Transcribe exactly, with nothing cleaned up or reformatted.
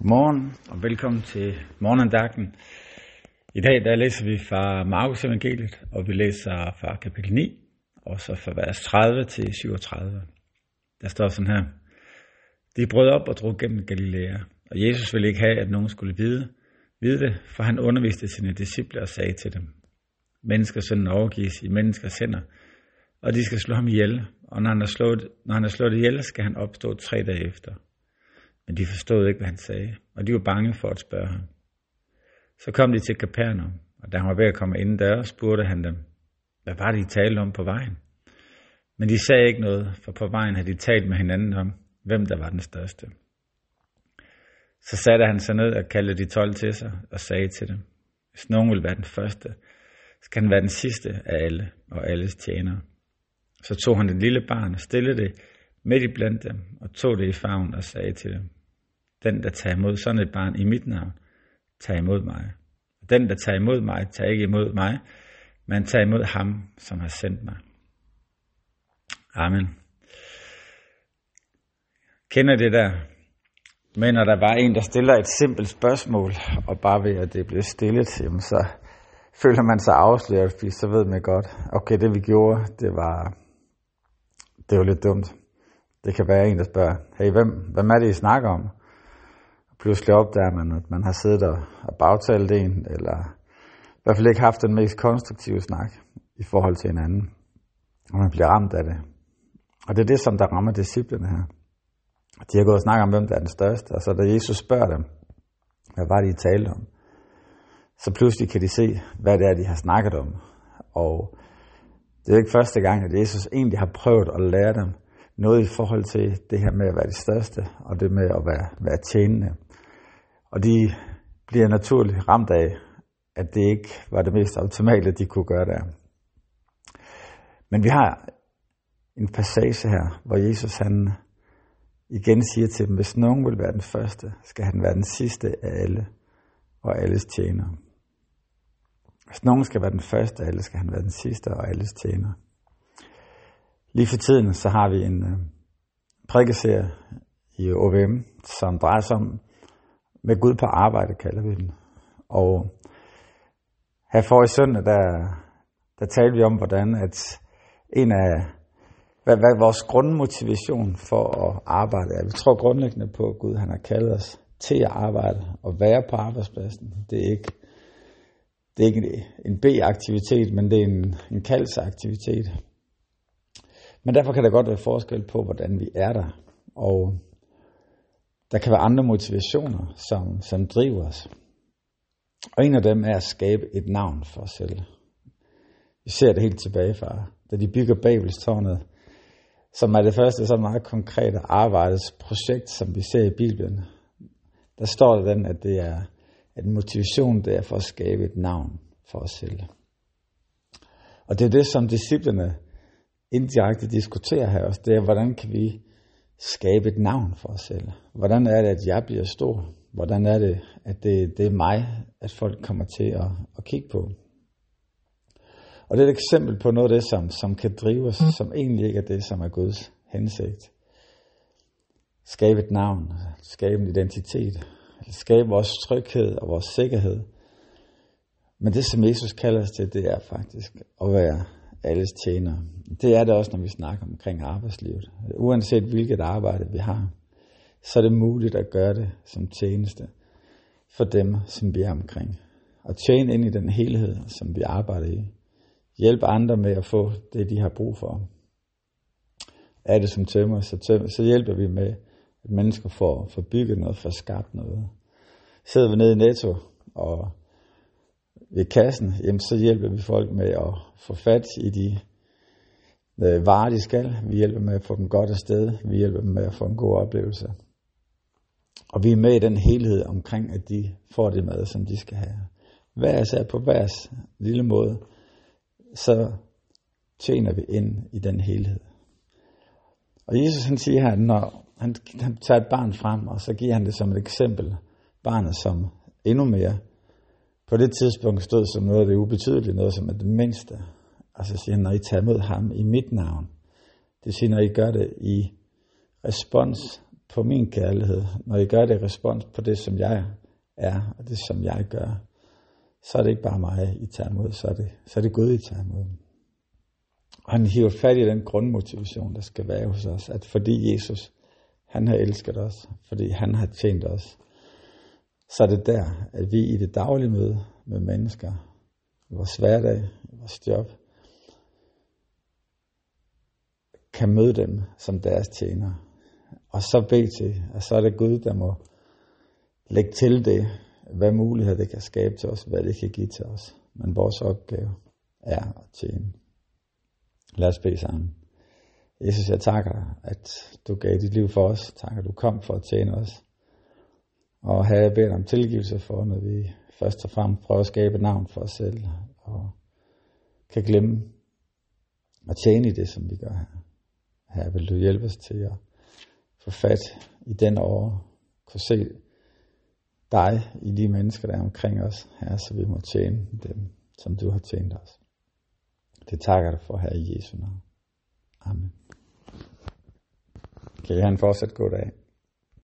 Godmorgen og velkommen til morgenandagten. I dag der læser vi fra Markus evangeliet, og vi læser fra kapitel ni, og så fra vers tredive til syvogtredive. Der står sådan her: De brød op og drog gennem Galilea, og Jesus ville ikke have, at nogen skulle vide, vide det, for han underviste sine disciple og sagde til dem: Menneskesønnen overgives i menneskers hænder, og de skal slå ham ihjel, og når han er slået, når han er slået ihjel, skal han opstå tre dage efter. Men de forstod ikke, hvad han sagde, og de var bange for at spørge ham. Så kom de til Kapernaum, og da han var ved at komme inden døre, spurgte han dem, hvad var det, I talte om på vejen? Men de sagde ikke noget, for på vejen havde de talt med hinanden om, hvem der var den største. Så satte han sig ned og kaldte de tolv til sig og sagde til dem: Hvis nogen vil være den første, skal han være den sidste af alle og alles tjenere. Så tog han det lille barn og stillede det midt i blandt dem, og tog det i favn og sagde til dem: Den, der tager imod sådan et barn i mit navn, tager imod mig. Og den, der tager imod mig, tager ikke imod mig, men tager imod ham, som har sendt mig. Amen. Kender det der? Men når der var en, der stiller et simpelt spørgsmål, og bare ved at det bliver stillet, jamen så føler man sig afsløret, fordi så ved man godt, okay, det vi gjorde, det var, det var lidt dumt. Det kan være en, der spørger, hey, hvem, hvem er det, I snakker om? Og pludselig opdager man, at man har siddet og, og bagtalt en, eller i hvert fald ikke haft den mest konstruktive snak i forhold til hinanden. Og man bliver ramt af det. Og det er det, som der rammer disciplene her. De har gået og snakket om, hvem der er den største, og så da Jesus spørger dem, hvad var det, I talte om? Så pludselig kan de se, hvad det er, de har snakket om. Og det er ikke første gang, at Jesus egentlig har prøvet at lære dem noget i forhold til det her med at være det største, og det med at være, være tjenende. Og de bliver naturligt ramt af, at det ikke var det mest optimale, de kunne gøre der. Men vi har en passage her, hvor Jesus han igen siger til dem, hvis nogen vil være den første, skal han være den sidste af alle og alles tjenere. Hvis nogen skal være den første af alle, skal han være den sidste og alles tjenere. Lige for tiden, så har vi en øh, prædikeserie i O V M, som drejer sig om med Gud på arbejde, kalder vi den. Og her for i søndag, der, der talte vi om, hvordan at en af, hvad, hvad vores grundmotivation for at arbejde er. Vi tror grundlæggende på, at Gud han har kaldet os til at arbejde og være på arbejdspladsen. Det er ikke, det er ikke en B-aktivitet, men det er en, en kaldsaktivitet. Men derfor kan der godt være forskel på, hvordan vi er der. Og der kan være andre motivationer, som, som driver os. Og en af dem er at skabe et navn for os selv. Vi ser det helt tilbage fra, da de bygger Babelstårnet, som er det første så meget konkrete arbejdsprojekt, som vi ser i Bibelen. Der står der den, at det er at motivation det er for at skabe et navn for os selv. Og det er det, som disciplene indirekte diskuterer her også, det er, hvordan kan vi skabe et navn for os selv? Hvordan er det, at jeg bliver stor? Hvordan er det, at det, det er mig, at folk kommer til at, at kigge på? Og det er et eksempel på noget af det, som, som kan drive os, som egentlig ikke er det, som er Guds hensigt. Skabe et navn, skabe en identitet, skabe vores tryghed og vores sikkerhed. Men det, som Jesus kalder os til, det er faktisk at være alles tjenere. Det er det også, når vi snakker omkring arbejdslivet. Uanset hvilket arbejde vi har, så er det muligt at gøre det som tjeneste for dem, som vi er omkring. Og tjene ind i den helhed, som vi arbejder i. Hjælpe andre med at få det, de har brug for. Er det som tømmer, så, tømmer, så hjælper vi med, at mennesker får, får bygget noget, får skabt noget. Sidder vi nede i Netto og ved kassen, jamen så hjælper vi folk med at få fat i de øh, varer, de skal. Vi hjælper med at få dem godt afsted. Vi hjælper dem med at få en god oplevelse. Og vi er med i den helhed omkring, at de får det mad, som de skal have. Hver især på hver lille måde, så tjener vi ind i den helhed. Og Jesus han siger her, når han, han tager et barn frem, og så giver han det som et eksempel. Barnet som endnu mere på det tidspunkt stod som noget af det ubetydelige, noget som er det mindste. Og så siger han, når I tager imod ham i mit navn, det siger, når I gør det i respons på min kærlighed, når I gør det i respons på det, som jeg er, og det, som jeg gør, så er det ikke bare mig, I tager imod, så er det, så er det Gud, I tager imod. Og han hiver fat i den grundmotivation, der skal være hos os, at fordi Jesus, han har elsket os, fordi han har tjent os, så er det der, at vi i det daglige møde med mennesker, i vores hverdag, i vores job, kan møde dem som deres tjenere. Og så bede til, at så er det Gud, der må lægge til det, hvad muligheder det kan skabe til os, hvad det kan give til os. Men vores opgave er at tjene. Lad os bede sammen. Jesus, jeg takker dig, at du gav dit liv for os. Tak, at du kom for at tjene os. Og her jeg beder om tilgivelse for, når vi først og fremmest prøver at skabe et navn for os selv, og kan glemme at tjene i det, som vi gør her. Her vil du hjælpe os til at få fat i den år, kunne se dig i de mennesker, der er omkring os her, så vi må tjene dem, som du har tjent os. Det takker jeg dig for her i Jesu navn. Amen. Kan I have en fortsat god dag.